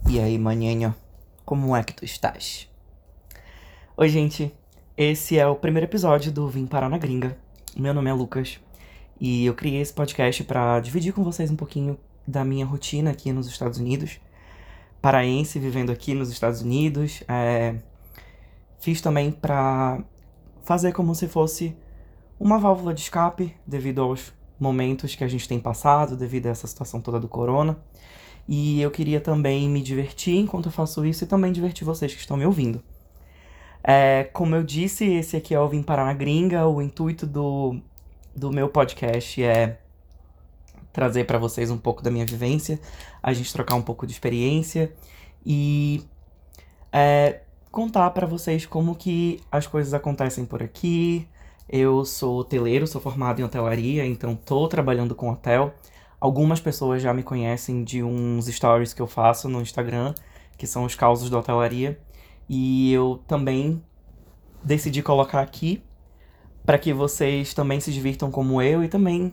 E aí, maninho, como é que tu estás? Oi, gente, esse é o primeiro episódio do Vim Parar na Gringa. Meu nome é Lucas e eu criei esse podcast pra dividir com vocês um pouquinho da minha rotina aqui nos Estados Unidos. Paraense, vivendo aqui nos Estados Unidos. Fiz também pra fazer como se fosse uma válvula de escape devido aos momentos que a gente tem passado, devido a essa situação toda do corona. E eu queria também me divertir enquanto eu faço isso e também divertir vocês que estão me ouvindo. Como eu disse, esse aqui é o Vim Parar na Gringa. O intuito do meu podcast é trazer pra vocês um pouco da minha vivência, a gente trocar um pouco de experiência e contar pra vocês como que as coisas acontecem por aqui. Eu sou hoteleiro, sou formado em hotelaria, então tô trabalhando com hotel. Algumas pessoas já me conhecem de uns stories que eu faço no Instagram, que são os causos da hotelaria. E eu também decidi colocar aqui para que vocês também se divirtam como eu e também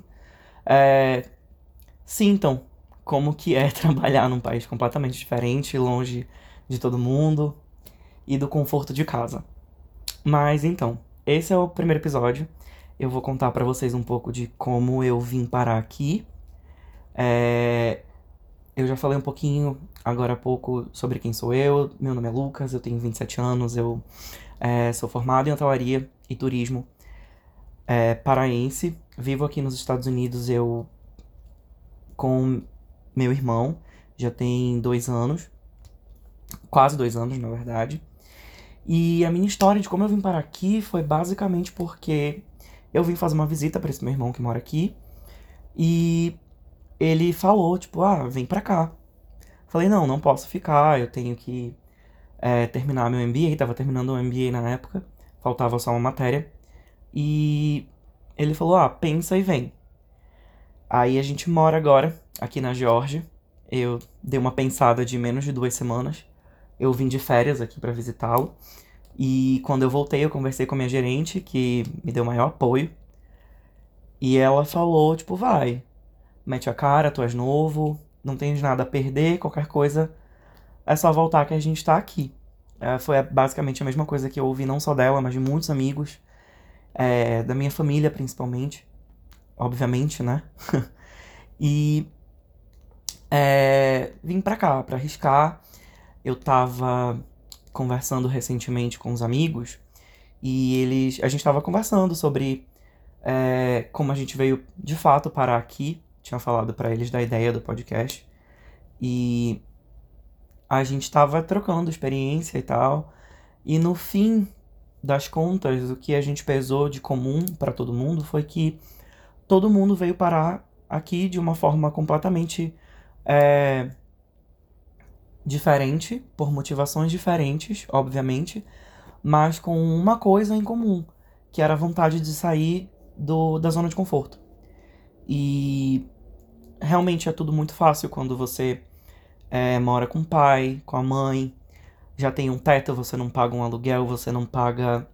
sintam como que é trabalhar num país completamente diferente, longe de todo mundo e do conforto de casa. Mas então, esse é o primeiro episódio. Eu vou contar para vocês um pouco de como eu vim parar aqui. Eu já falei um pouquinho agora há pouco sobre quem sou eu. Meu nome é Lucas, eu tenho 27 anos, eu sou formado em hotelaria e turismo, paraense. Vivo aqui nos Estados Unidos, eu com meu irmão, já tem 2 anos, quase 2 anos, na verdade. E a minha história de como eu vim parar aqui foi basicamente porque eu vim fazer uma visita para esse meu irmão que mora aqui. E ele falou, tipo, vem pra cá. Falei, não, não posso ficar, eu tenho que terminar meu MBA, tava terminando o MBA na época, faltava só uma matéria. E ele falou, pensa e vem. Aí a gente mora agora aqui na Geórgia. Eu dei uma pensada de menos de 2 semanas. Eu vim de férias aqui pra visitá-lo. E quando eu voltei, eu conversei com a minha gerente, que me deu maior apoio. E ela falou, tipo, vai, mete a cara, tu és novo, não tens nada a perder, qualquer coisa é só voltar que a gente tá aqui. Foi basicamente a mesma coisa que eu ouvi não só dela, mas de muitos amigos, da minha família principalmente, obviamente, né? E vim pra cá pra arriscar. Eu tava conversando recentemente com os amigos e a gente tava conversando sobre como a gente veio de fato parar aqui. Tinha falado pra eles da ideia do podcast e a gente tava trocando experiência e tal. E no fim das contas, o que a gente pesou de comum pra todo mundo foi que todo mundo veio parar aqui de uma forma completamente diferente, por motivações diferentes, obviamente, mas com uma coisa em comum, que era a vontade de sair da zona de conforto. E realmente é tudo muito fácil quando você mora com o pai, com a mãe, já tem um teto, você não paga um aluguel, você não paga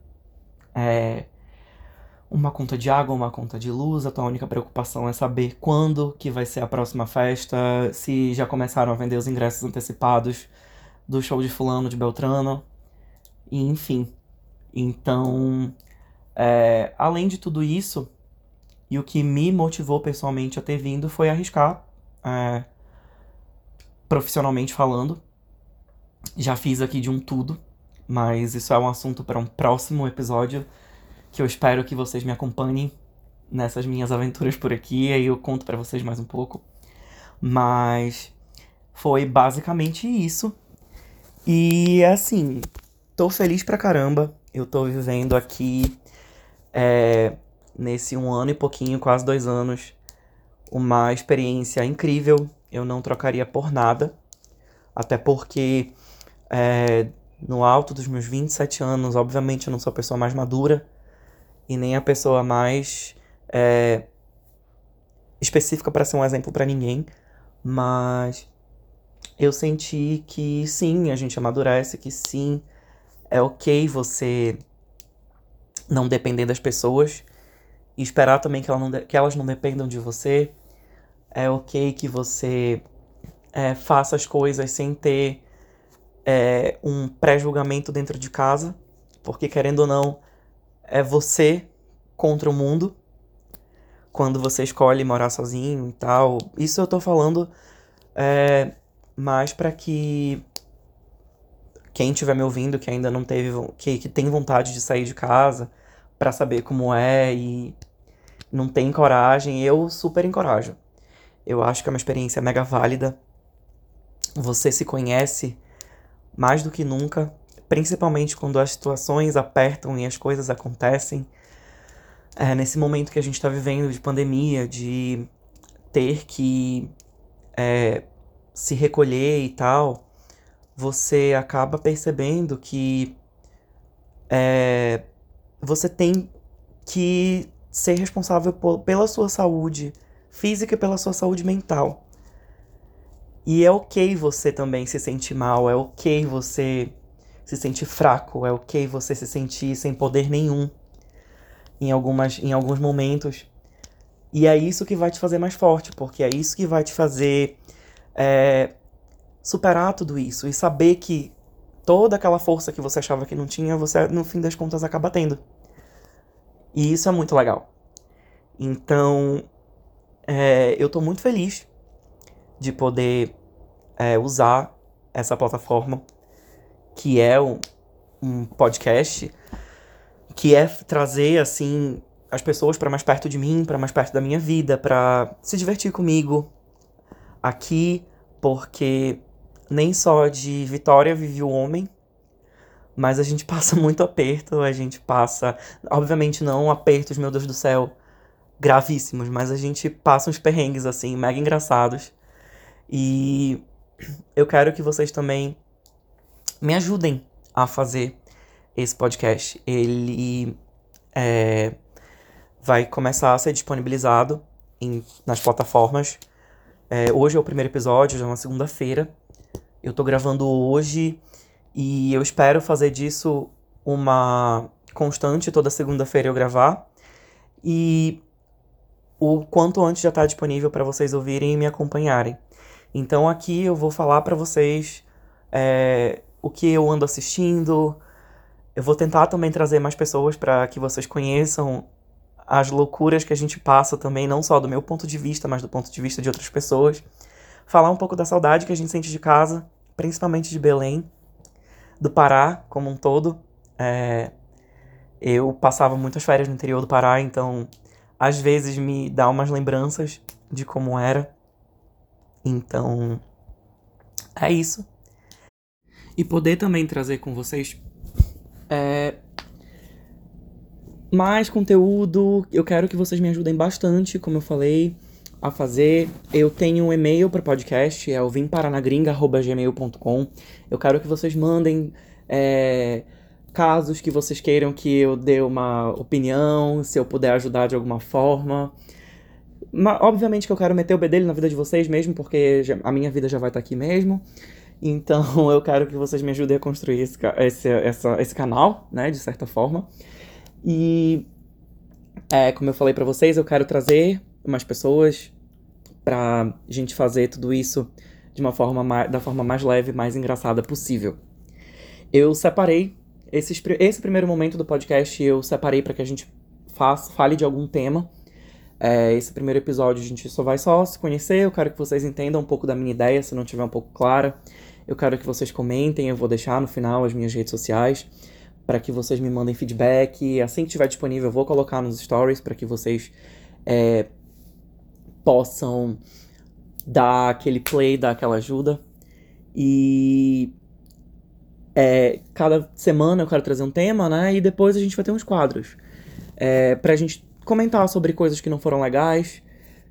uma conta de água, uma conta de luz. A tua única preocupação é saber quando que vai ser a próxima festa, se já começaram a vender os ingressos antecipados do show de fulano, de Beltrano, e enfim. Então, além de tudo isso, e o que me motivou pessoalmente a ter vindo foi arriscar, profissionalmente falando. Já fiz aqui de um tudo, mas isso é um assunto para um próximo episódio, que eu espero que vocês me acompanhem nessas minhas aventuras por aqui, aí eu conto pra vocês mais um pouco. Mas foi basicamente isso. E assim, tô feliz pra caramba. Eu tô vivendo aqui nesse 1 ano e pouquinho, quase 2 anos, uma experiência incrível. Eu não trocaria por nada. Até porque no alto dos meus 27 anos, obviamente eu não sou a pessoa mais madura e nem a pessoa mais específica para ser um exemplo para ninguém, mas eu senti que sim, a gente amadurece, que sim, é ok você não depender das pessoas e esperar também que elas não dependam de você. É ok que você faça as coisas sem ter um pré-julgamento dentro de casa, porque querendo ou não, é você contra o mundo, quando você escolhe morar sozinho e tal. Isso eu tô falando mais pra que quem estiver me ouvindo, que ainda não teve, que tem vontade de sair de casa pra saber como é e não tem coragem, eu super encorajo. Eu acho que é uma experiência mega válida. Você se conhece mais do que nunca, principalmente quando as situações apertam e as coisas acontecem. Nesse momento que a gente tá vivendo de pandemia, de ter que se recolher e tal, você acaba percebendo que você tem que ser responsável pela sua saúde física e pela sua saúde mental. E é ok você também se sentir mal, é ok você se sentir fraco, é ok você se sentir sem poder nenhum em alguns momentos. E é isso que vai te fazer mais forte, porque é isso que vai te fazer superar tudo isso e saber que toda aquela força que você achava que não tinha, você no fim das contas acaba tendo. E isso é muito legal. Então, eu tô muito feliz de poder usar essa plataforma, que é um podcast, que é trazer, assim, as pessoas pra mais perto de mim, pra mais perto da minha vida, pra se divertir comigo aqui, porque nem só de vitória vive o homem, mas a gente passa muito aperto, a gente passa, obviamente não apertos, meu Deus do céu, gravíssimos, mas a gente passa uns perrengues, assim, mega engraçados. E eu quero que vocês também me ajudem a fazer esse podcast. Ele vai começar a ser disponibilizado nas plataformas. Hoje é o primeiro episódio, já é uma segunda-feira. Eu tô gravando hoje e eu espero fazer disso uma constante, toda segunda-feira eu gravar. E o quanto antes já tá disponível para vocês ouvirem e me acompanharem. Então aqui eu vou falar para vocês o que eu ando assistindo. Eu vou tentar também trazer mais pessoas para que vocês conheçam as loucuras que a gente passa também, não só do meu ponto de vista, mas do ponto de vista de outras pessoas. Falar um pouco da saudade que a gente sente de casa, principalmente de Belém, do Pará como um todo. Eu passava muitas férias no interior do Pará, então às vezes me dá umas lembranças de como era. Então, é isso. E poder também trazer com vocês mais conteúdo. Eu quero que vocês me ajudem bastante, como eu falei, a fazer. Eu tenho um e-mail para podcast, é o vimparanagringa@gmail.com. Eu quero que vocês mandem casos que vocês queiram que eu dê uma opinião, se eu puder ajudar de alguma forma. Obviamente que eu quero meter o bedelho na vida de vocês mesmo, porque a minha vida já vai estar aqui mesmo. Então eu quero que vocês me ajudem a construir esse canal, né, de certa forma. E, como eu falei pra vocês, eu quero trazer umas pessoas pra gente fazer tudo isso da forma mais leve, mais engraçada possível. Eu separei, esse primeiro momento do podcast, eu separei pra que a gente fale de algum tema. Esse primeiro episódio a gente só se conhecer, eu quero que vocês entendam um pouco da minha ideia, se não tiver um pouco clara. Eu quero que vocês comentem, eu vou deixar no final as minhas redes sociais, para que vocês me mandem feedback. Assim que estiver disponível, eu vou colocar nos stories, para que vocês possam dar aquele play, dar aquela ajuda. E cada semana eu quero trazer um tema, né? E depois a gente vai ter uns quadros. Pra gente comentar sobre coisas que não foram legais,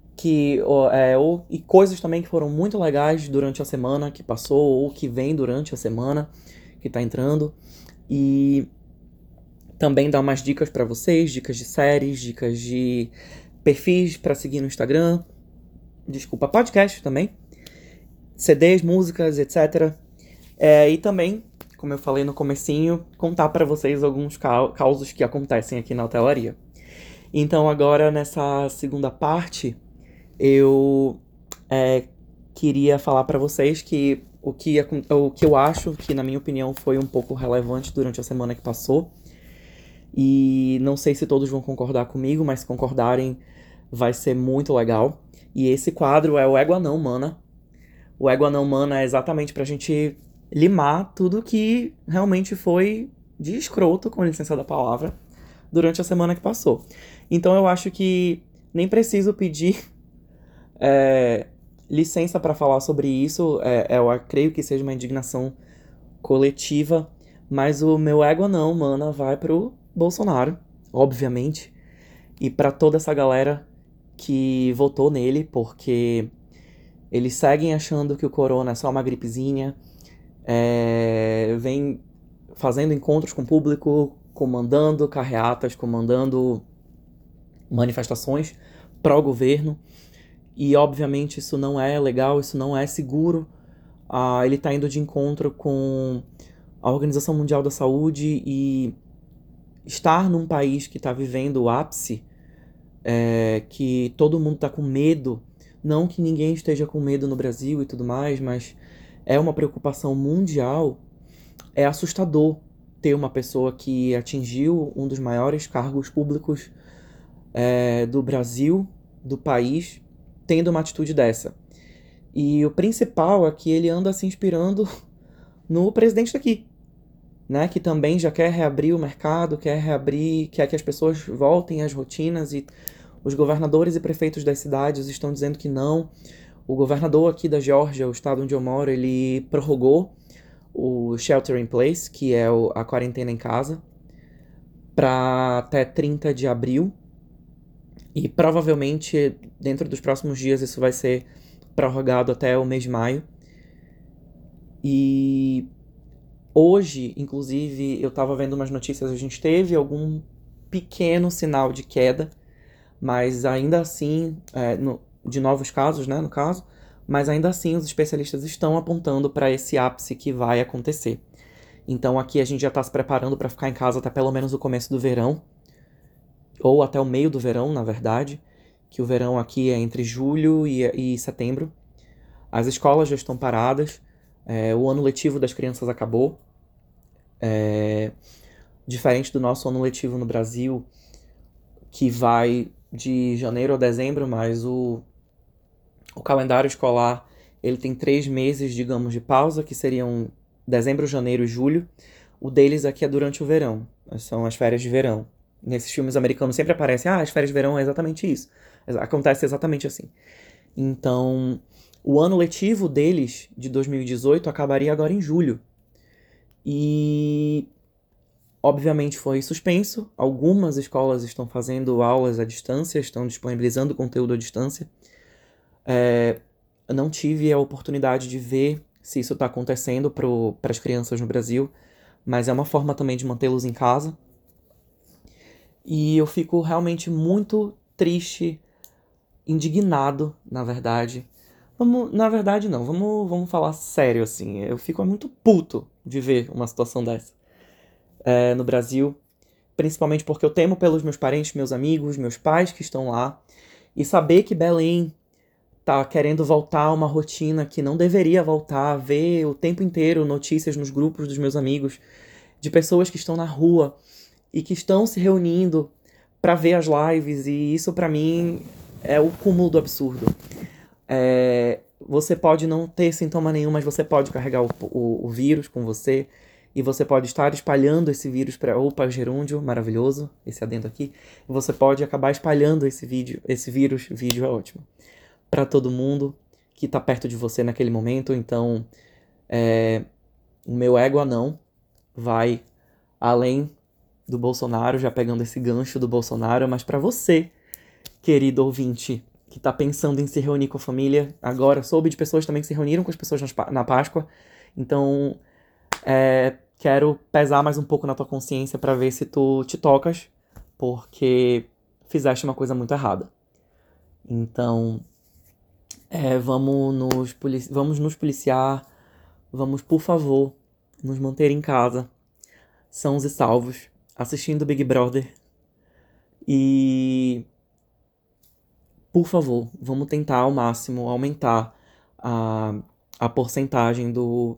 e coisas também que foram muito legais durante a semana que passou, ou que vem durante a semana que tá entrando. E também dar umas dicas pra vocês, dicas de séries, dicas de perfis pra seguir no Instagram. Desculpa, podcast também. CDs, músicas, etc. E também, como eu falei no comecinho, contar pra vocês alguns causos que acontecem aqui na hotelaria. Então agora, nessa segunda parte, eu queria falar pra vocês que o que eu acho que, na minha opinião, foi um pouco relevante durante a semana que passou. E não sei se todos vão concordar comigo, mas se concordarem, vai ser muito legal. E esse quadro é o Égua Não Mana. O Égua Não Mana é exatamente pra gente limar tudo que realmente foi de escroto, com licença da palavra, durante a semana que passou. Então eu acho que nem preciso pedir licença pra falar sobre isso. Eu creio que seja uma indignação coletiva, mas o meu Égua Não Mana vai pro Bolsonaro, obviamente, e pra toda essa galera que votou nele, porque eles seguem achando que o corona é só uma gripezinha, vem fazendo encontros com o público, comandando carreatas, comandando manifestações pró-governo, e obviamente isso não é legal, isso não é seguro. Ele está indo de encontro com a Organização Mundial da Saúde, e estar num país que está vivendo o ápice, que todo mundo está com medo, não que ninguém esteja com medo no Brasil e tudo mais, mas é uma preocupação mundial. É assustador ter uma pessoa que atingiu um dos maiores cargos públicos do Brasil, do país, tendo uma atitude dessa. E o principal é que ele anda se inspirando no presidente daqui, né, que também já quer reabrir o mercado, quer que as pessoas voltem às rotinas, e os governadores e prefeitos das cidades estão dizendo que não. O governador aqui da Geórgia, o estado onde eu moro, ele prorrogou o shelter in place, que é a quarentena em casa, para até 30 de abril. E provavelmente, dentro dos próximos dias, isso vai ser prorrogado até o mês de maio. E hoje, inclusive, eu estava vendo umas notícias, a gente teve algum pequeno sinal de queda, mas ainda assim, de novos casos, né, no caso, mas ainda assim os especialistas estão apontando para esse ápice que vai acontecer. Então aqui a gente já está se preparando para ficar em casa até pelo menos o começo do verão, ou até o meio do verão, na verdade, que o verão aqui é entre julho e setembro. As escolas já estão paradas, o ano letivo das crianças acabou. Diferente do nosso ano letivo no Brasil, que vai de janeiro a dezembro, mas o calendário escolar ele tem 3 meses, digamos, de pausa, que seriam dezembro, janeiro e julho. O deles aqui é durante o verão, são as férias de verão. Nesses filmes americanos sempre aparece, as férias de verão é exatamente isso. Acontece exatamente assim. Então, o ano letivo deles, de 2018, acabaria agora em julho. E, obviamente, foi suspenso. Algumas escolas estão fazendo aulas à distância, estão disponibilizando conteúdo à distância. Eu não tive a oportunidade de ver se isso está acontecendo para as crianças no Brasil, mas é uma forma também de mantê-los em casa. E eu fico realmente muito triste, indignado, na verdade. Na verdade, não. Vamos falar sério, assim. Eu fico muito puto de ver uma situação dessa no Brasil. Principalmente porque eu temo pelos meus parentes, meus amigos, meus pais que estão lá. E saber que Belém tá querendo voltar a uma rotina que não deveria voltar. Ver o tempo inteiro notícias nos grupos dos meus amigos de pessoas que estão na rua e que estão se reunindo pra ver as lives, e isso pra mim é o cúmulo do absurdo. Você pode não ter sintoma nenhum, mas você pode carregar o vírus com você, e você pode estar espalhando esse vírus para opa, gerúndio, maravilhoso, esse adendo aqui, e você pode acabar espalhando esse vírus é ótimo, pra todo mundo que tá perto de você naquele momento. Então, o meu ego não vai além do Bolsonaro, já pegando esse gancho do Bolsonaro, mas pra você, querido ouvinte, que tá pensando em se reunir com a família, agora soube de pessoas também que se reuniram com as pessoas na Páscoa, então quero pesar mais um pouco na tua consciência pra ver se tu te tocas, porque fizeste uma coisa muito errada. Então, vamos nos policiar, vamos, por favor, nos manter em casa, sãos e salvos, assistindo Big Brother. E, por favor, vamos tentar ao máximo aumentar a porcentagem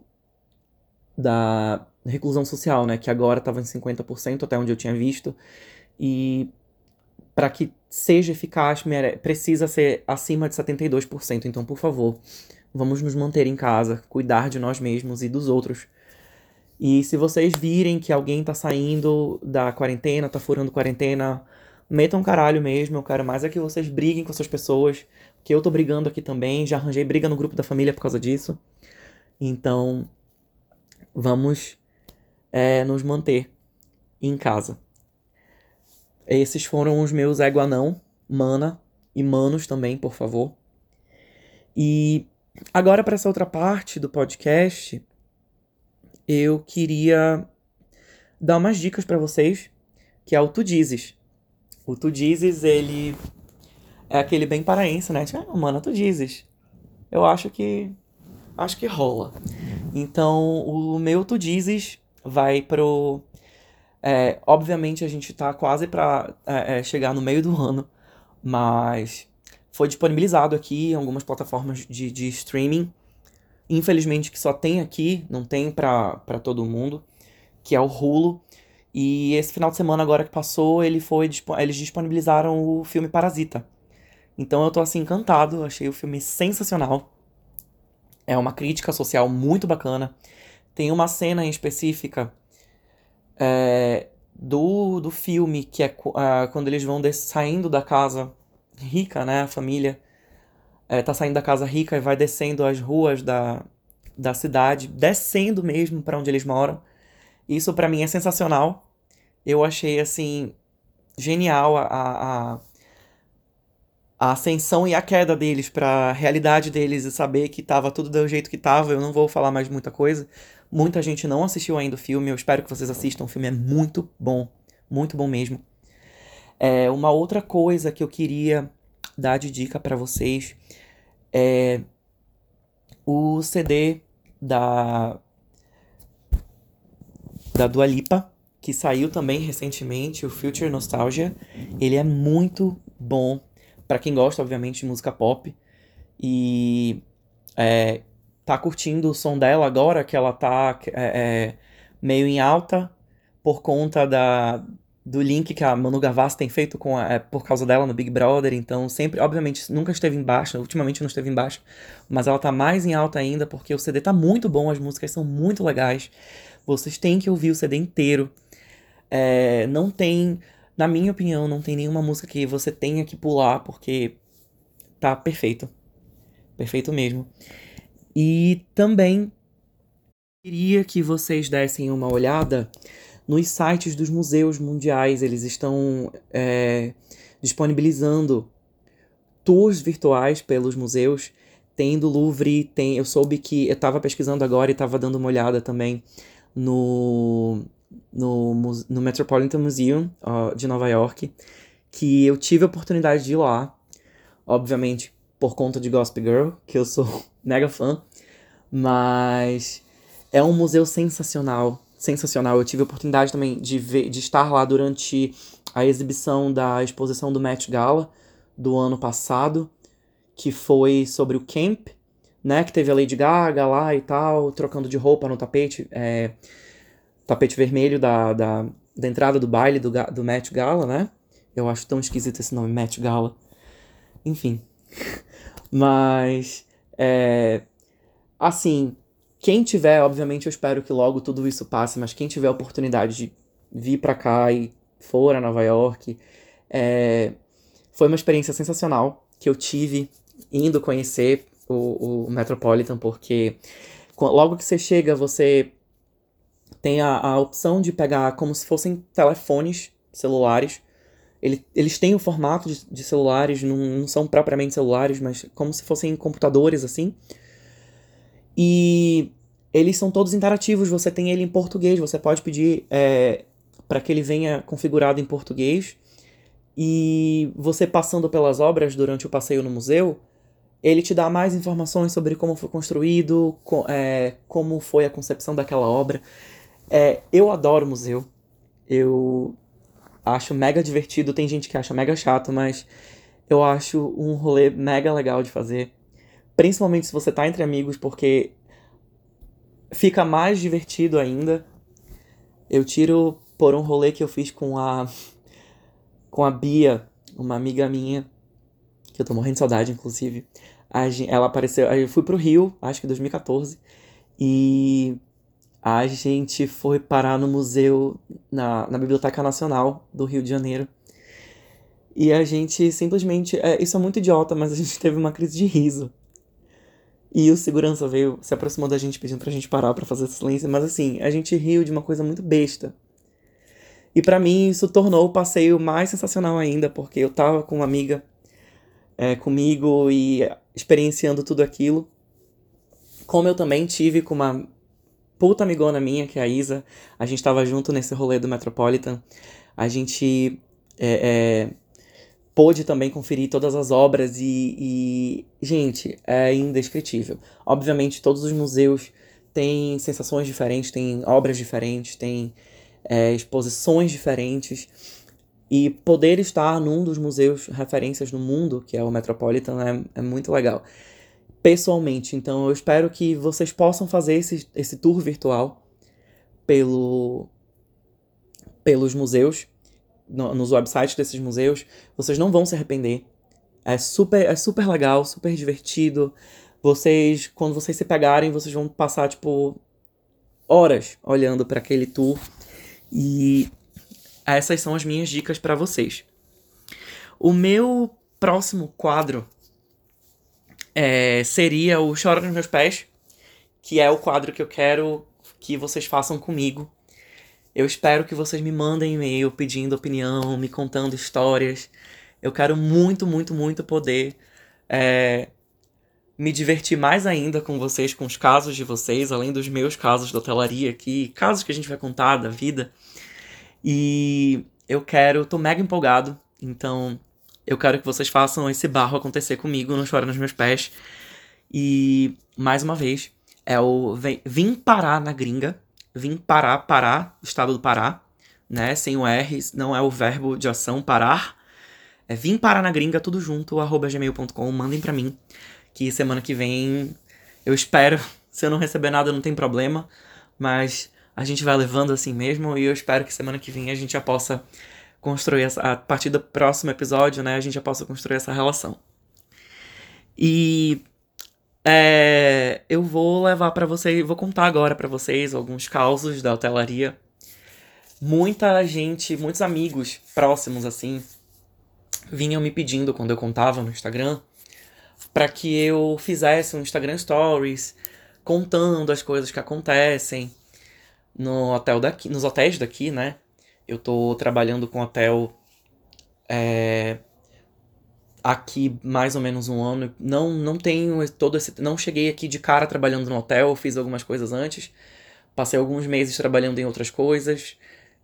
da reclusão social, né? Que agora estava em 50%, até onde eu tinha visto. E para que seja eficaz, precisa ser acima de 72%. Então, por favor, vamos nos manter em casa, cuidar de nós mesmos e dos outros. E se vocês virem que alguém tá saindo da quarentena, tá furando quarentena, metam um caralho mesmo. Eu quero mais é que vocês briguem com essas pessoas, que eu tô brigando aqui também. Já arranjei briga no grupo da família por causa disso. Então, vamos nos manter em casa. Esses foram os meus ego anão, mana e manos também, por favor. E agora, para essa outra parte do podcast, eu queria dar umas dicas para vocês, que é o Tu Dizes. O Tu Dizes, ele é aquele bem paraense, né? Tipo, mano, Tu Dizes. Eu acho que rola. Então, o meu Tu Dizes vai pro... obviamente, a gente tá quase pra chegar no meio do ano, mas foi disponibilizado aqui em algumas plataformas de streaming. Infelizmente, que só tem aqui, não tem pra todo mundo, que é o Hulu. E esse final de semana agora que passou, eles disponibilizaram o filme Parasita. Então eu tô assim encantado, achei o filme sensacional. É uma crítica social muito bacana. Tem uma cena em específica do filme, que é quando eles vão saindo da casa rica, né? A família tá saindo da casa rica e vai descendo as ruas da cidade, descendo mesmo pra onde eles moram. Isso pra mim é sensacional. Eu achei, assim, genial a ascensão e a queda deles pra realidade deles e saber que tava tudo do jeito que tava. Eu não vou falar mais muita coisa. Muita gente não assistiu ainda o filme, eu espero que vocês assistam. O filme é muito bom mesmo. Uma outra coisa que eu queria dar de dica pra vocês é o CD da Dua Lipa, que saiu também recentemente, o Future Nostalgia. Ele é muito bom pra quem gosta, obviamente, de música pop. E tá curtindo o som dela agora, que ela tá meio em alta por conta do link que a Manu Gavassi tem feito por causa dela no Big Brother. Então, sempre, obviamente, nunca esteve em baixa, ultimamente não esteve em baixa, mas ela tá mais em alta ainda porque o CD tá muito bom, as músicas são muito legais. Vocês têm que ouvir o CD inteiro. Não tem, na minha opinião, não tem nenhuma música que você tenha que pular, porque tá perfeito. Perfeito mesmo. E também queria que vocês dessem uma olhada nos sites dos museus mundiais. Eles estão disponibilizando tours virtuais pelos museus. Tem do Louvre, eu soube que eu tava pesquisando agora e tava dando uma olhada também no Metropolitan Museum de Nova York, que eu tive a oportunidade de ir lá, obviamente por conta de Gossip Girl, que eu sou mega fã, mas é um museu sensacional. Eu tive a oportunidade também de estar lá durante a exibição da exposição do Met Gala do ano passado, que foi sobre o Camp, né, que teve a Lady Gaga lá e tal, trocando de roupa no tapete vermelho da entrada do baile do Met Gala, né? Eu acho tão esquisito esse nome, Met Gala. Enfim. Mas, assim, quem tiver, obviamente eu espero que logo tudo isso passe, mas quem tiver a oportunidade de vir pra cá e for a Nova York, foi uma experiência sensacional que eu tive indo conhecer o Metropolitan, porque logo que você chega, você tem a opção de pegar como se fossem telefones celulares. Eles têm o formato de celulares, não são propriamente celulares, mas como se fossem computadores, assim. E eles são todos interativos, você tem ele em português, você pode pedir para que ele venha configurado em português. E você passando pelas obras durante o passeio no museu, ele te dá mais informações sobre como foi construído, como foi a concepção daquela obra. Eu adoro museu. Eu acho mega divertido. Tem gente que acha mega chato, mas eu acho um rolê mega legal de fazer. principalmente se você tá entre amigos, porque fica mais divertido ainda. Eu tiro por um rolê que eu fiz com a Bia, uma amiga minha, que eu tô morrendo de saudade, inclusive. Ela apareceu, eu fui pro Rio, acho que em 2014, e a gente foi parar no museu, na Biblioteca Nacional do Rio de Janeiro. E a gente simplesmente, isso é muito idiota, mas a gente teve uma crise de riso. E o segurança veio, se aproximou da gente pedindo pra gente parar pra fazer silêncio, mas assim, a gente riu de uma coisa muito besta. E pra mim isso tornou o passeio mais sensacional ainda, porque eu tava com uma amiga comigo e experienciando tudo aquilo. Como eu também tive com uma puta amigona minha, que é a Isa. A gente tava junto nesse rolê do Metropolitan. A gente pôde também conferir todas as obras gente, é indescritível. Obviamente, todos os museus têm sensações diferentes, têm obras diferentes, têm exposições diferentes. E poder estar num dos museus referências no mundo, que é o Metropolitan, é muito legal. Pessoalmente, então eu espero que vocês possam fazer esse tour virtual pelos museus, nos websites desses museus. Vocês não vão se arrepender. É super legal, super divertido. Quando vocês se pegarem, vocês vão passar, tipo, horas olhando para aquele tour. E essas são as minhas dicas para vocês. O meu próximo quadro seria o Chora nos Meus Pés, que é o quadro que eu quero que vocês façam comigo. Eu espero que vocês me mandem e-mail pedindo opinião, me contando histórias. Eu quero muito, muito, muito poder me divertir mais ainda com vocês, com os casos de vocês, além dos meus casos da hotelaria aqui, casos que a gente vai contar da vida. E tô mega empolgado, então eu quero que vocês façam esse barro acontecer comigo no Chora nos Meus Pés. E, mais uma vez, Vim Parar na Gringa. Vim parar, estado do Pará, né? Sem o R, não é o verbo de ação, parar. É Vim Parar na Gringa, tudo junto, @gmail.com. Mandem pra mim, que semana que vem eu espero. Se eu não receber nada, não tem problema, mas a gente vai levando assim mesmo, e eu espero que semana que vem a gente já possa construir a partir do próximo episódio, né? A gente já possa construir essa relação. E eu vou levar pra vocês, vou contar agora pra vocês alguns causos da hotelaria. Muita gente, muitos amigos próximos, assim, vinham me pedindo quando eu contava no Instagram pra que eu fizesse um Instagram Stories contando as coisas que acontecem nos hotéis daqui, né? Eu tô trabalhando com hotel aqui mais ou menos um ano. Não tenho todo esse. Não cheguei aqui de cara trabalhando no hotel, fiz algumas coisas antes. Passei alguns meses trabalhando em outras coisas.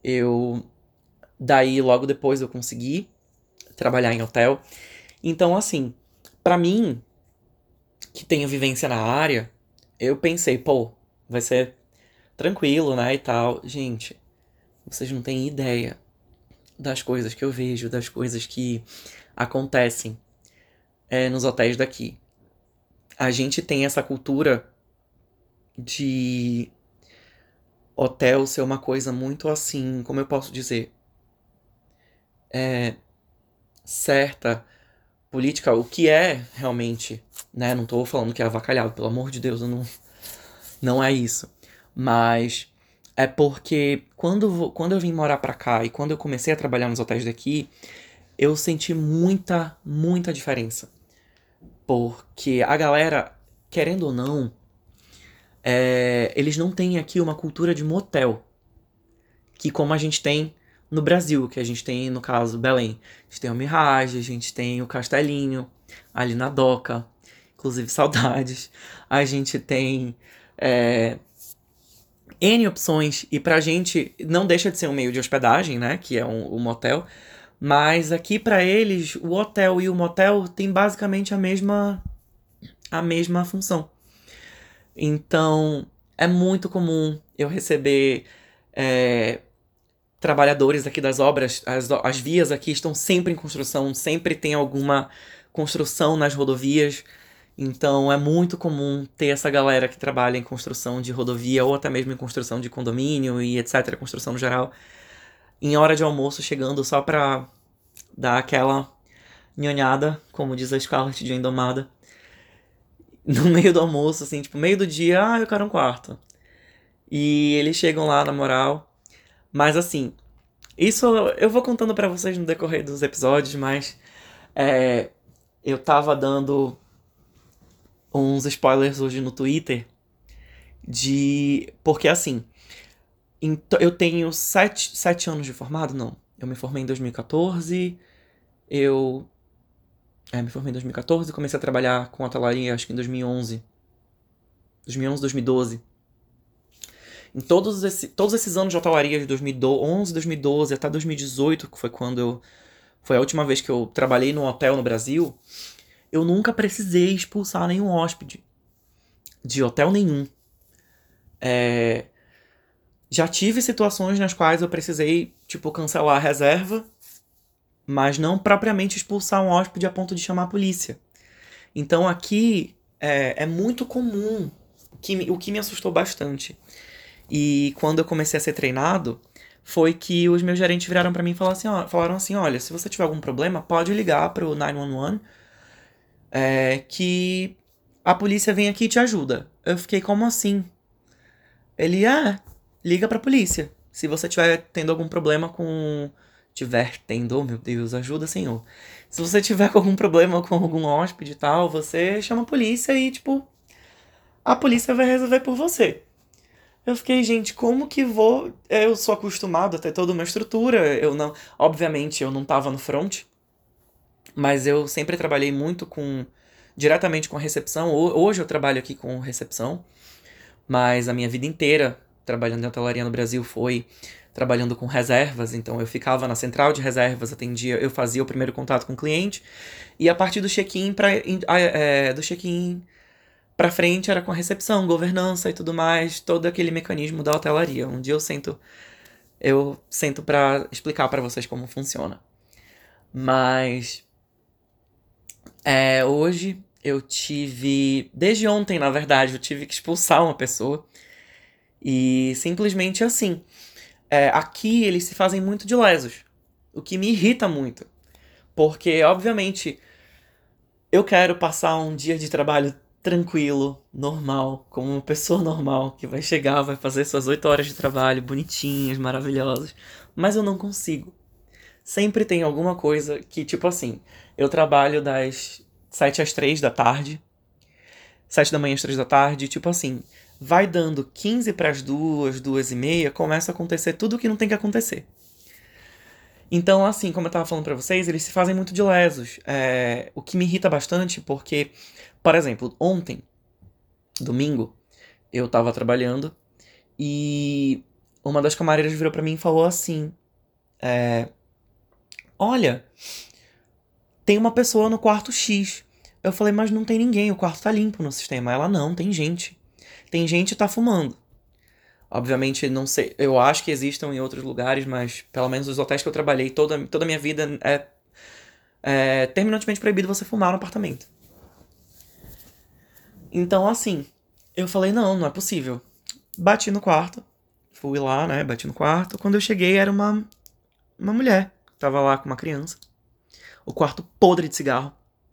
Daí, logo depois, eu consegui trabalhar em hotel. Então, assim, pra mim, que tenho vivência na área, eu pensei, pô, vai ser tranquilo, né, e tal. Gente, vocês não têm ideia das coisas que eu vejo, das coisas que acontecem nos hotéis daqui. A gente tem essa cultura de hotel ser uma coisa muito assim, como eu posso dizer, certa política, o que é realmente, né? Não tô falando que é avacalhado, pelo amor de Deus, não é isso. Mas é porque quando eu vim morar pra cá e quando eu comecei a trabalhar nos hotéis daqui, eu senti muita, muita diferença. Porque a galera, querendo ou não, eles não têm aqui uma cultura de motel. Que como a gente tem no Brasil, que a gente tem, no caso, Belém. A gente tem o Mirage, a gente tem o Castelinho, ali na Doca. Inclusive, saudades. A gente tem N opções. E pra gente, não deixa de ser um meio de hospedagem, né? Que é um motel. Mas aqui pra eles, o hotel e o motel têm basicamente a mesma função. Então, é muito comum eu receber trabalhadores aqui das obras. As vias aqui estão sempre em construção, sempre tem alguma construção nas rodovias. Então é muito comum ter essa galera que trabalha em construção de rodovia ou até mesmo em construção de condomínio e etc, construção no geral, em hora de almoço chegando só pra dar aquela nhonhada, como diz a Scarlett de Indomada, no meio do almoço, assim, tipo, meio do dia, eu quero um quarto. E eles chegam lá na moral. Mas assim, isso eu vou contando pra vocês no decorrer dos episódios, mas eu tava dando uns spoilers hoje no Twitter de. Porque assim, eu tenho 7 anos de formado? Não. Eu me formei em 2014. Eu. Me formei em 2014 e comecei a trabalhar com hotelaria, acho que em 2011. 2011, 2012. Em todos esses anos de hotelaria, de 2011, 2012 até 2018, que foi foi a última vez que eu trabalhei num hotel no Brasil, eu nunca precisei expulsar nenhum hóspede. De hotel nenhum. Já tive situações nas quais eu precisei, tipo, cancelar a reserva, mas não propriamente expulsar um hóspede a ponto de chamar a polícia. Então aqui é muito comum, o que me assustou bastante. E quando eu comecei a ser treinado, foi que os meus gerentes viraram pra mim e falaram assim, olha, se você tiver algum problema, pode ligar pro 911, que a polícia vem aqui e te ajuda. Eu fiquei, como assim? Ele, liga pra polícia. Se você tiver tendo algum problema com... Tiver tendo, oh meu Deus, ajuda, Senhor. Se você tiver com algum problema com algum hóspede e tal, você chama a polícia e, tipo, a polícia vai resolver por você. Eu fiquei, gente, como que vou... Eu sou acostumado a ter toda uma estrutura. Eu não... Obviamente, eu não tava no front, mas eu sempre trabalhei muito diretamente com a recepção. Hoje eu trabalho aqui com recepção, mas a minha vida inteira trabalhando em hotelaria no Brasil foi trabalhando com reservas. Então eu ficava na central de reservas, eu fazia o primeiro contato com o cliente, e a partir do check-in do check-in pra frente era com a recepção, governança e tudo mais, todo aquele mecanismo da hotelaria. Um dia eu sento pra explicar pra vocês como funciona. Mas hoje eu tive, desde ontem na verdade, eu tive que expulsar uma pessoa. E simplesmente assim, aqui eles se fazem muito de lesos, o que me irrita muito. Porque, obviamente, eu quero passar um dia de trabalho tranquilo, normal, como uma pessoa normal, que vai chegar, vai fazer suas 8 horas de trabalho, bonitinhas, maravilhosas. Mas eu não consigo. Sempre tem alguma coisa que, tipo assim, eu trabalho das 7 às 3 da tarde, 7 da manhã às 3 da tarde, tipo assim, vai dando 15 para as 2, 2:30, começa a acontecer tudo o que não tem que acontecer. Então, assim, como eu tava falando pra vocês, eles se fazem muito de lesos. O que me irrita bastante, porque, por exemplo, ontem, domingo, eu tava trabalhando e uma das camareiras virou pra mim e falou assim: Olha, tem uma pessoa no quarto X. Eu falei, mas não tem ninguém, o quarto tá limpo no sistema. Ela, não, tem gente. Tem gente e tá fumando. Obviamente, não sei, eu acho que existam em outros lugares, mas pelo menos os hotéis que eu trabalhei toda a minha vida é terminantemente proibido você fumar no apartamento. Então, assim, eu falei, não é possível. Bati no quarto, fui lá, né, bati no quarto. Quando eu cheguei, era uma mulher, tava lá com uma criança. O quarto podre de cigarro.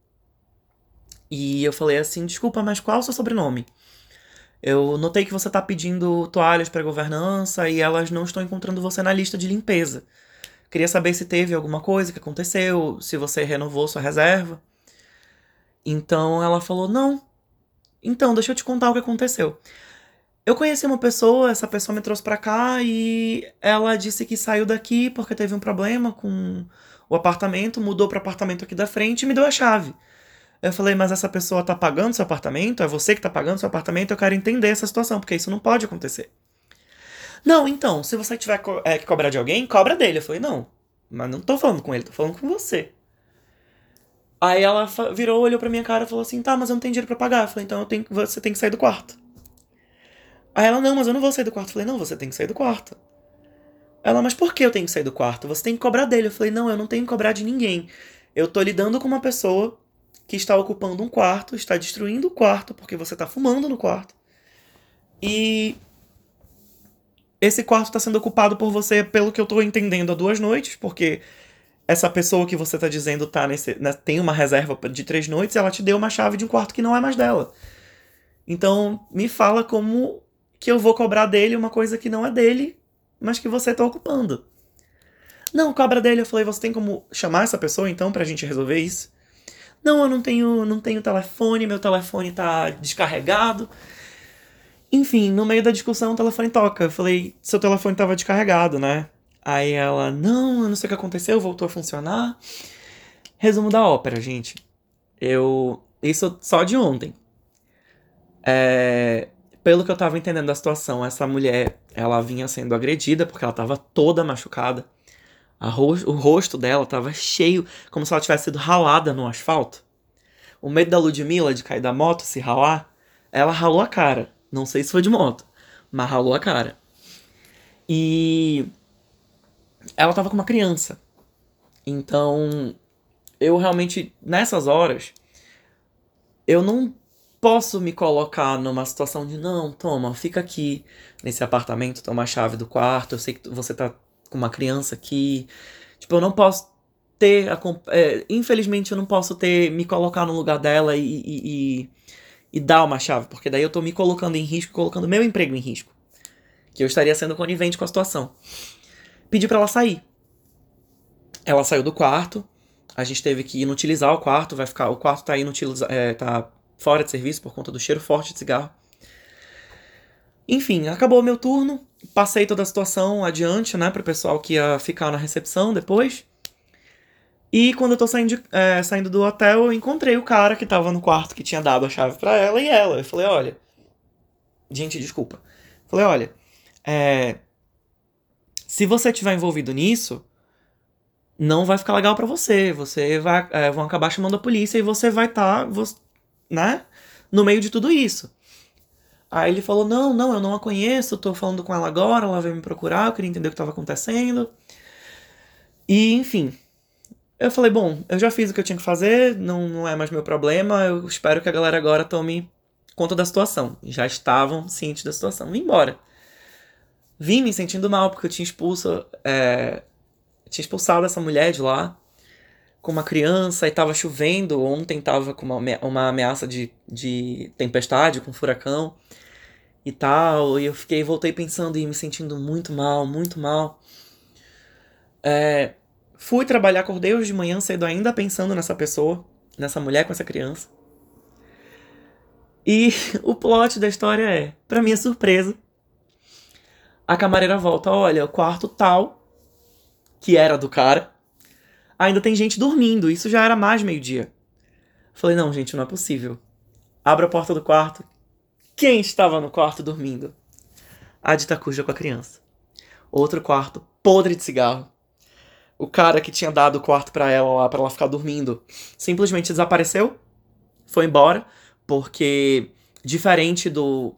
E eu falei assim, desculpa, mas qual é o seu sobrenome? Eu notei que você tá pedindo toalhas pra governança e elas não estão encontrando você na lista de limpeza. Queria saber se teve alguma coisa que aconteceu, se você renovou sua reserva. Então ela falou, não. Então, deixa eu te contar o que aconteceu. Eu conheci uma pessoa, essa pessoa me trouxe pra cá e ela disse que saiu daqui porque teve um problema com o apartamento, mudou pro apartamento aqui da frente e me deu a chave. Eu falei, mas essa pessoa tá pagando seu apartamento? É você que tá pagando seu apartamento? Eu quero entender essa situação, porque isso não pode acontecer. Não, então, se você tiver que cobrar de alguém, cobra dele. Eu falei, não, mas não tô falando com ele, tô falando com você. Aí ela virou, olhou pra minha cara e falou assim, tá, mas eu não tenho dinheiro pra pagar. Eu falei, então você tem que sair do quarto. Aí ela, não, mas eu não vou sair do quarto. Eu falei, não, você tem que sair do quarto. Ela, mas por que eu tenho que sair do quarto? Você tem que cobrar dele. Eu falei, não, eu não tenho que cobrar de ninguém. Eu tô lidando com uma pessoa que está ocupando um quarto, está destruindo o quarto, porque você está fumando no quarto. E esse quarto está sendo ocupado por você, pelo que eu estou entendendo, há 2 noites, porque essa pessoa que você tá dizendo tem uma reserva de 3 noites e ela te deu uma chave de um quarto que não é mais dela. Então, me fala como que eu vou cobrar dele uma coisa que não é dele, mas que você tá ocupando. Não, cobra dele. Eu falei, você tem como chamar essa pessoa então pra gente resolver isso? Não, eu não tenho telefone, meu telefone tá descarregado. Enfim, no meio da discussão o telefone toca. Eu falei, seu telefone tava descarregado, né? Aí ela, não, eu não sei o que aconteceu, voltou a funcionar. Resumo da ópera, gente. Isso só de ontem. Pelo que eu tava entendendo da situação, essa mulher, ela vinha sendo agredida porque ela tava toda machucada. O rosto dela tava cheio, como se ela tivesse sido ralada no asfalto. O medo da Ludmilla de cair da moto, se ralar, ela ralou a cara. Não sei se foi de moto, mas ralou a cara. E ela tava com uma criança. Então, eu realmente, nessas horas, eu não posso me colocar numa situação de, não, toma, fica aqui nesse apartamento, toma a chave do quarto, eu sei que você tá com uma criança aqui. Tipo, eu não posso ter, infelizmente eu não posso me colocar no lugar dela e dar uma chave, porque daí eu tô me colocando em risco, colocando meu emprego em risco. Que eu estaria sendo conivente com a situação. Pedi pra ela sair. Ela saiu do quarto, a gente teve que inutilizar o quarto, o quarto tá tá fora de serviço por conta do cheiro forte de cigarro. Enfim, acabou o meu turno, passei toda a situação adiante, né, pro pessoal que ia ficar na recepção depois. E quando eu tô saindo do hotel, eu encontrei o cara que tava no quarto que tinha dado a chave pra ela e ela. Eu falei, olha... Gente, desculpa. Eu falei, olha... Se você tiver envolvido nisso, não vai ficar legal pra você. Vão acabar chamando a polícia e você vai estar, né, no meio de tudo isso. Aí ele falou, não, eu não a conheço, tô falando com ela agora, ela veio me procurar, eu queria entender o que tava acontecendo. E, enfim. Eu falei, bom, eu já fiz o que eu tinha que fazer, não é mais meu problema, eu espero que a galera agora tome conta da situação. Já estavam cientes da situação. Vim embora. Vim me sentindo mal, porque eu tinha expulsado essa mulher de lá com uma criança e tava chovendo. Ontem tava com uma ameaça de tempestade, com furacão e tal. E voltei pensando e me sentindo muito mal, muito mal. Fui trabalhar, acordei hoje de manhã cedo ainda pensando nessa pessoa, nessa mulher com essa criança. E o plot da história é, pra minha surpresa, a camareira volta, olha, o quarto tal, que era do cara, ainda tem gente dormindo, isso já era mais meio-dia. Falei, não, gente, não é possível. Abro a porta do quarto, quem estava no quarto dormindo? A dita cuja com a criança. Outro quarto, podre de cigarro. O cara que tinha dado o quarto pra ela lá, pra ela ficar dormindo, simplesmente desapareceu, foi embora, porque diferente do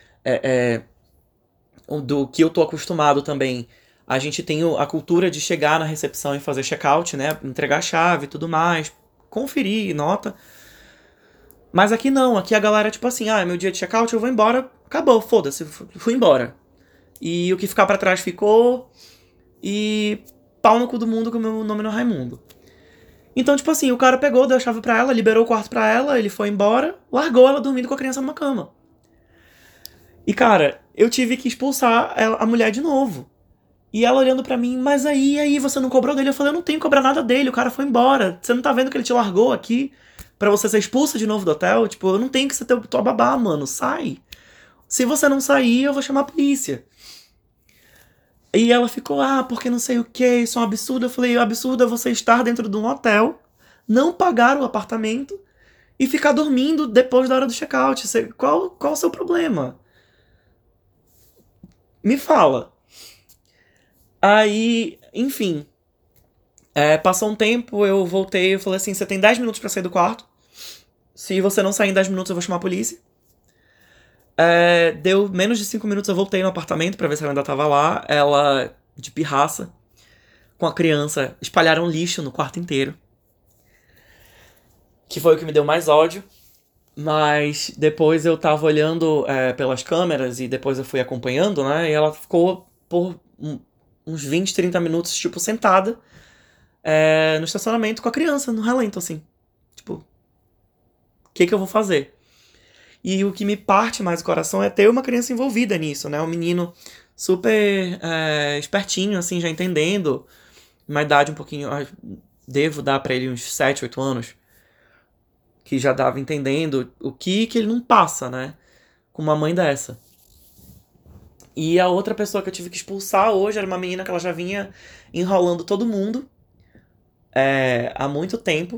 que eu tô acostumado também, a gente tem a cultura de chegar na recepção e fazer check-out, né, entregar a chave e tudo mais, conferir nota. Mas aqui não, aqui a galera é tipo assim, é meu dia de check-out, eu vou embora, acabou, foda-se, fui embora. E o que ficar pra trás ficou, e pau no cu do mundo, que o meu nome não é Raimundo. Então, tipo assim, o cara pegou, deu a chave pra ela, liberou o quarto pra ela, ele foi embora, largou ela dormindo com a criança numa cama. E, cara, eu tive que expulsar a mulher de novo. E ela olhando pra mim, mas aí, você não cobrou dele? Eu falei, eu não tenho que cobrar nada dele, o cara foi embora. Você não tá vendo que ele te largou aqui pra você ser expulsa de novo do hotel? Tipo, eu não tenho que ser tua babá, mano, sai. Se você não sair, eu vou chamar a polícia. E ela ficou, porque não sei o que, isso é um absurdo. Eu falei, o absurdo é você estar dentro de um hotel, não pagar o apartamento e ficar dormindo depois da hora do check-out. Qual o seu problema? Me fala. Aí, enfim. Passou um tempo, eu voltei, eu falei assim, você tem 10 minutos pra sair do quarto. Se você não sair em 10 minutos, eu vou chamar a polícia. Deu menos de 5 minutos, eu voltei no apartamento pra ver se ela ainda tava lá. Ela, de pirraça, com a criança, espalharam lixo no quarto inteiro. que foi o que me deu mais ódio. Mas depois eu tava olhando pelas câmeras e depois eu fui acompanhando, né? E ela ficou por uns 20, 30 minutos, tipo, sentada no estacionamento com a criança, no relento, assim. Tipo, o que eu vou fazer? E o que me parte mais o coração é ter uma criança envolvida nisso, né? Um menino super espertinho, assim, já entendendo. Uma idade um pouquinho... Devo dar pra ele uns 7, 8 anos. Que já dava entendendo o que ele não passa, né? Com uma mãe dessa. E a outra pessoa que eu tive que expulsar hoje era uma menina que ela já vinha enrolando todo mundo há muito tempo.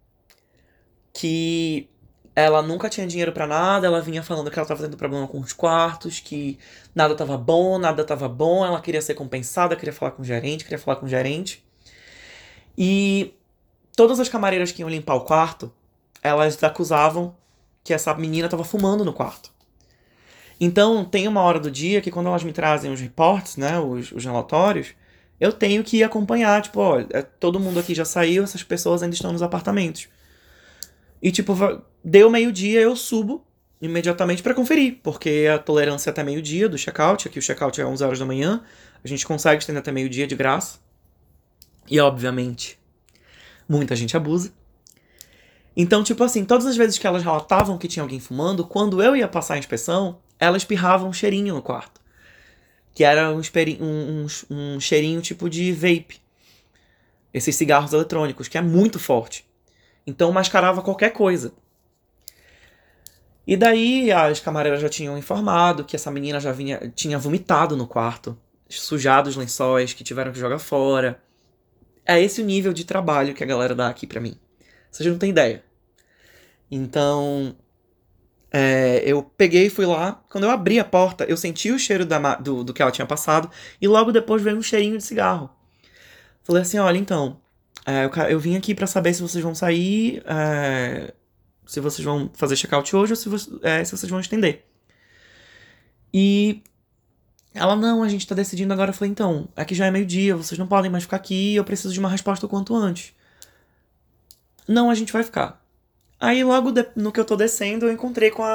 Que ela nunca tinha dinheiro pra nada, ela vinha falando que ela tava tendo problema com os quartos, que nada tava bom, ela queria ser compensada, queria falar com o gerente. E todas as camareiras que iam limpar o quarto, elas acusavam que essa menina tava fumando no quarto. Então, tem uma hora do dia que quando elas me trazem os reportes, né, os relatórios, eu tenho que acompanhar, tipo, ó, todo mundo aqui já saiu, essas pessoas ainda estão nos apartamentos. E, tipo, deu meio-dia, eu subo imediatamente pra conferir, porque a tolerância é até meio-dia do check-out, aqui o check-out é 11 horas da manhã, a gente consegue estender até meio-dia de graça. E, obviamente, muita gente abusa. Então, tipo assim, todas as vezes que elas relatavam que tinha alguém fumando, quando eu ia passar a inspeção, elas espirravam um cheirinho no quarto. Que era um cheirinho tipo de vape. Esses cigarros eletrônicos, que é muito forte. Então mascarava qualquer coisa. E daí as camareiras já tinham informado que essa menina já tinha vomitado no quarto. Sujado os lençóis, que tiveram que jogar fora. É esse o nível de trabalho que a galera dá aqui pra mim. Vocês não têm ideia. Então, eu peguei e fui lá. Quando eu abri a porta, eu senti o cheiro do que ela tinha passado. E logo depois veio um cheirinho de cigarro. Falei assim, olha, então, eu vim aqui pra saber se vocês vão sair, se vocês vão fazer check-out hoje ou se vocês vão estender. E ela, não, a gente tá decidindo agora. Eu falei, então, aqui já é meio-dia, vocês não podem mais ficar aqui, eu preciso de uma resposta o quanto antes. Não, a gente vai ficar. Aí logo no que eu tô descendo, eu encontrei com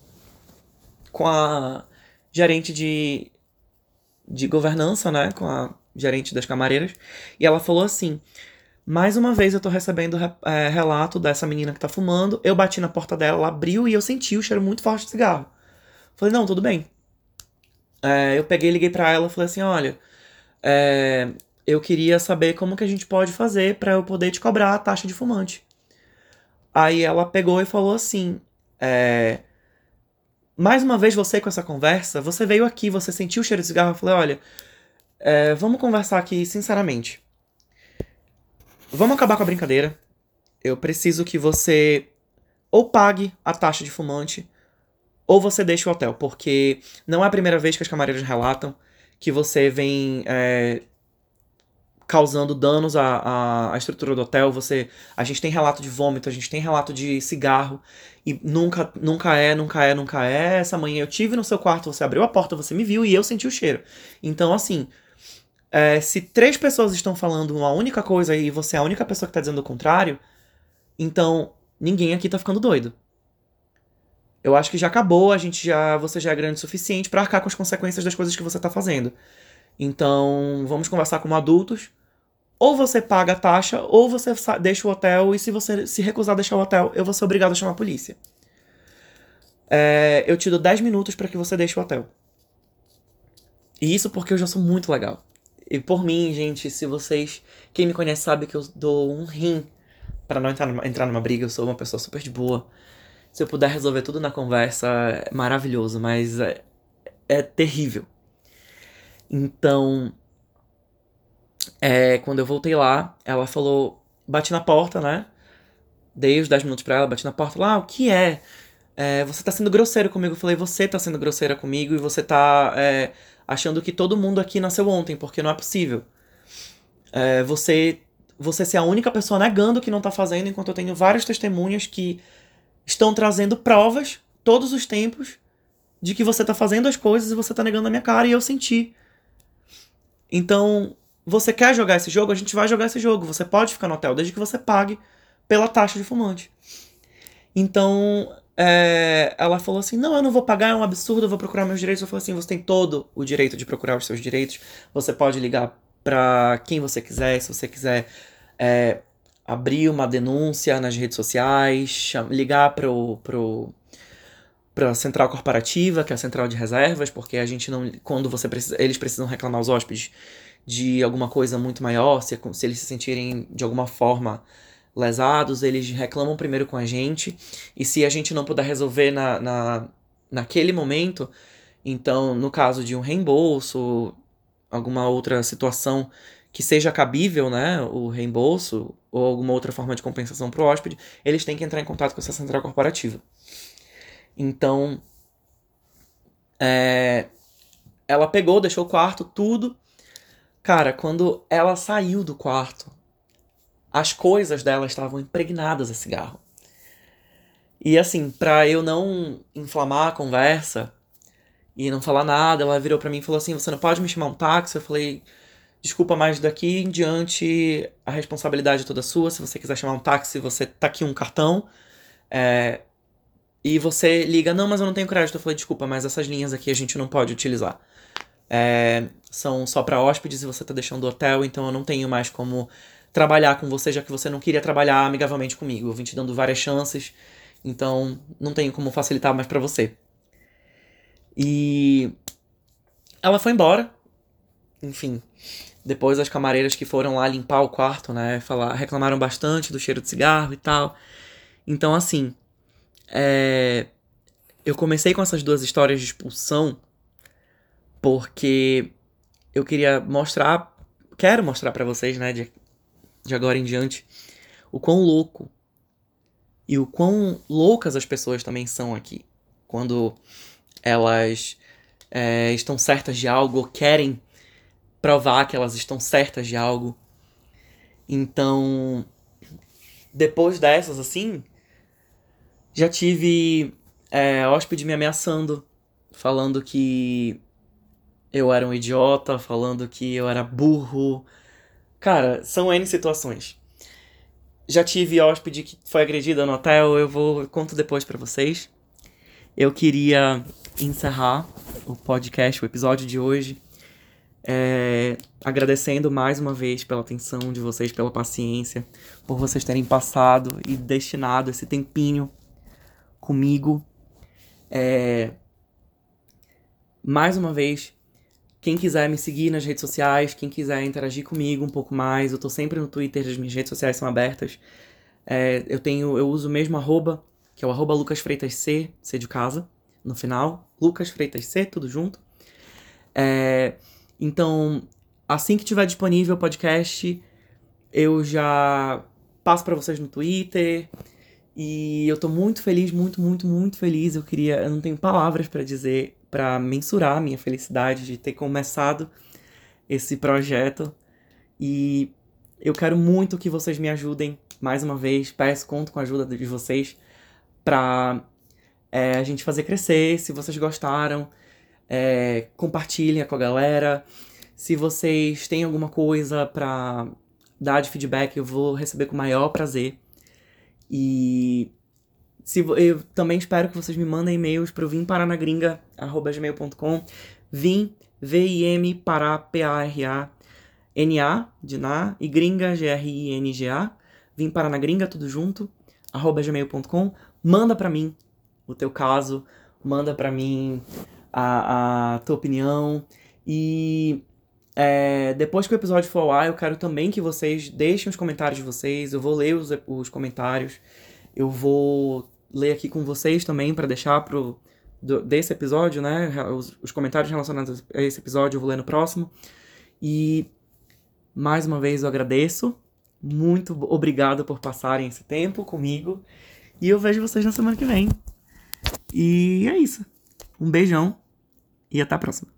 a gerente de governança, né, com a gerente das camareiras, e ela falou assim, mais uma vez eu tô recebendo relato dessa menina que tá fumando, eu bati na porta dela, ela abriu e eu senti o cheiro muito forte de cigarro. Falei, não, tudo bem. Eu peguei e liguei pra ela e falei assim, olha, eu queria saber como que a gente pode fazer pra eu poder te cobrar a taxa de fumante. Aí ela pegou e falou assim, mais uma vez você com essa conversa, você veio aqui, você sentiu o cheiro de cigarro, eu falei, olha, vamos conversar aqui sinceramente. Vamos acabar com a brincadeira. Eu preciso que você ou pague a taxa de fumante, ou você deixe o hotel, porque não é a primeira vez que as camareiras relatam que você vem causando danos à estrutura do hotel. A gente tem relato de vômito, a gente tem relato de cigarro, e nunca é. Essa manhã eu tive no seu quarto, você abriu a porta, você me viu e eu senti o cheiro. Então, assim, se 3 pessoas estão falando uma única coisa e você é a única pessoa que tá dizendo o contrário, então ninguém aqui tá ficando doido. Eu acho que já acabou, você já é grande o suficiente pra arcar com as consequências das coisas que você tá fazendo. Então, vamos conversar como adultos. Ou você paga a taxa, ou você deixa o hotel, e se você se recusar a deixar o hotel, eu vou ser obrigado a chamar a polícia. Eu te dou 10 minutos pra que você deixe o hotel. E isso porque eu já sou muito legal. E por mim, gente, quem me conhece sabe que eu dou um rim pra não entrar numa briga, eu sou uma pessoa super de boa. Se eu puder resolver tudo na conversa, é maravilhoso, mas é terrível. Então, quando eu voltei lá, ela falou, bati na porta, né? Dei os 10 minutos pra ela, bati na porta, lá, o que é? Você tá sendo grosseiro comigo. Eu falei, você tá sendo grosseira comigo e você tá achando que todo mundo aqui nasceu ontem, porque não é possível. Você ser a única pessoa negando que não tá fazendo, enquanto eu tenho várias testemunhas que estão trazendo provas, todos os tempos, de que você tá fazendo as coisas e você tá negando na minha cara, e eu senti. Então, você quer jogar esse jogo? A gente vai jogar esse jogo. Você pode ficar no hotel, desde que você pague pela taxa de fumante. Então, ela falou assim, não, eu não vou pagar, é um absurdo, eu vou procurar meus direitos. Eu falei assim, você tem todo o direito de procurar os seus direitos, você pode ligar pra quem você quiser, se você quiser abrir uma denúncia nas redes sociais, ligar pra central corporativa, que é a central de reservas, porque a gente não, quando você precisa, eles precisam reclamar os hóspedes de alguma coisa muito maior, se eles se sentirem de alguma forma lesados, eles reclamam primeiro com a gente, e se a gente não puder resolver naquele momento, então, no caso de um reembolso, alguma outra situação que seja cabível, né, o reembolso, ou alguma outra forma de compensação para o hóspede, eles têm que entrar em contato com essa central corporativa. Então, ela pegou, deixou o quarto, tudo. Cara, quando ela saiu do quarto, as coisas dela estavam impregnadas a cigarro. E assim, pra eu não inflamar a conversa e não falar nada, ela virou pra mim e falou assim, você não pode me chamar um táxi? Eu falei, desculpa, mas daqui em diante a responsabilidade é toda sua. Se você quiser chamar um táxi, você tá aqui um cartão. E você liga, não, mas eu não tenho crédito. Eu falei, desculpa, mas essas linhas aqui a gente não pode utilizar. São só pra hóspedes e você tá deixando o hotel, então eu não tenho mais como trabalhar com você, já que você não queria trabalhar amigavelmente comigo. Eu vim te dando várias chances, então não tenho como facilitar mais pra você. E ela foi embora. Enfim, depois as camareiras que foram lá limpar o quarto, né, reclamaram bastante do cheiro de cigarro e tal. Então, assim, eu comecei com essas duas histórias de expulsão porque eu quero mostrar pra vocês, né, de agora em diante, o quão louco e o quão loucas as pessoas também são aqui. Quando elas estão certas de algo ou querem provar que elas estão certas de algo. Então, depois dessas, assim, já tive hóspede me ameaçando, falando que eu era um idiota, falando que eu era burro. Cara, são N situações. Já tive hóspede que foi agredida no hotel, eu conto depois pra vocês. Eu queria encerrar o podcast, o episódio de hoje, agradecendo mais uma vez pela atenção de vocês, pela paciência, por vocês terem passado e destinado esse tempinho comigo. Mais uma vez, quem quiser me seguir nas redes sociais, quem quiser interagir comigo um pouco mais, eu tô sempre no Twitter, as minhas redes sociais são abertas. Eu uso o mesmo arroba, que é o arroba lucasfreitasc, C de casa, no final, lucasfreitasc, tudo junto. Então, assim que tiver disponível o podcast, eu já passo pra vocês no Twitter. E eu tô muito feliz, muito, muito, muito feliz. Eu não tenho palavras pra dizer, pra mensurar a minha felicidade de ter começado esse projeto. E eu quero muito que vocês me ajudem, mais uma vez. Conto com a ajuda de vocês pra a gente fazer crescer. Se vocês gostaram, compartilhem com a galera. Se vocês têm alguma coisa pra dar de feedback, eu vou receber com o maior prazer. E eu também espero que vocês me mandem e-mails para o vimpararnagringa@gmail.com. Vim Pará, PARANA, de na, e gringa, GRINGA. Vimpararnagringa, tudo junto, @gmail.com. Manda pra mim o teu caso, manda pra mim a tua opinião. E depois que o episódio for ao ar, eu quero também que vocês deixem os comentários de vocês. Eu vou ler os comentários. Eu vou ler aqui com vocês também para deixar desse episódio, né? Os comentários relacionados a esse episódio eu vou ler no próximo. E mais uma vez eu agradeço. Muito obrigado por passarem esse tempo comigo. E eu vejo vocês na semana que vem. E é isso. Um beijão e até a próxima.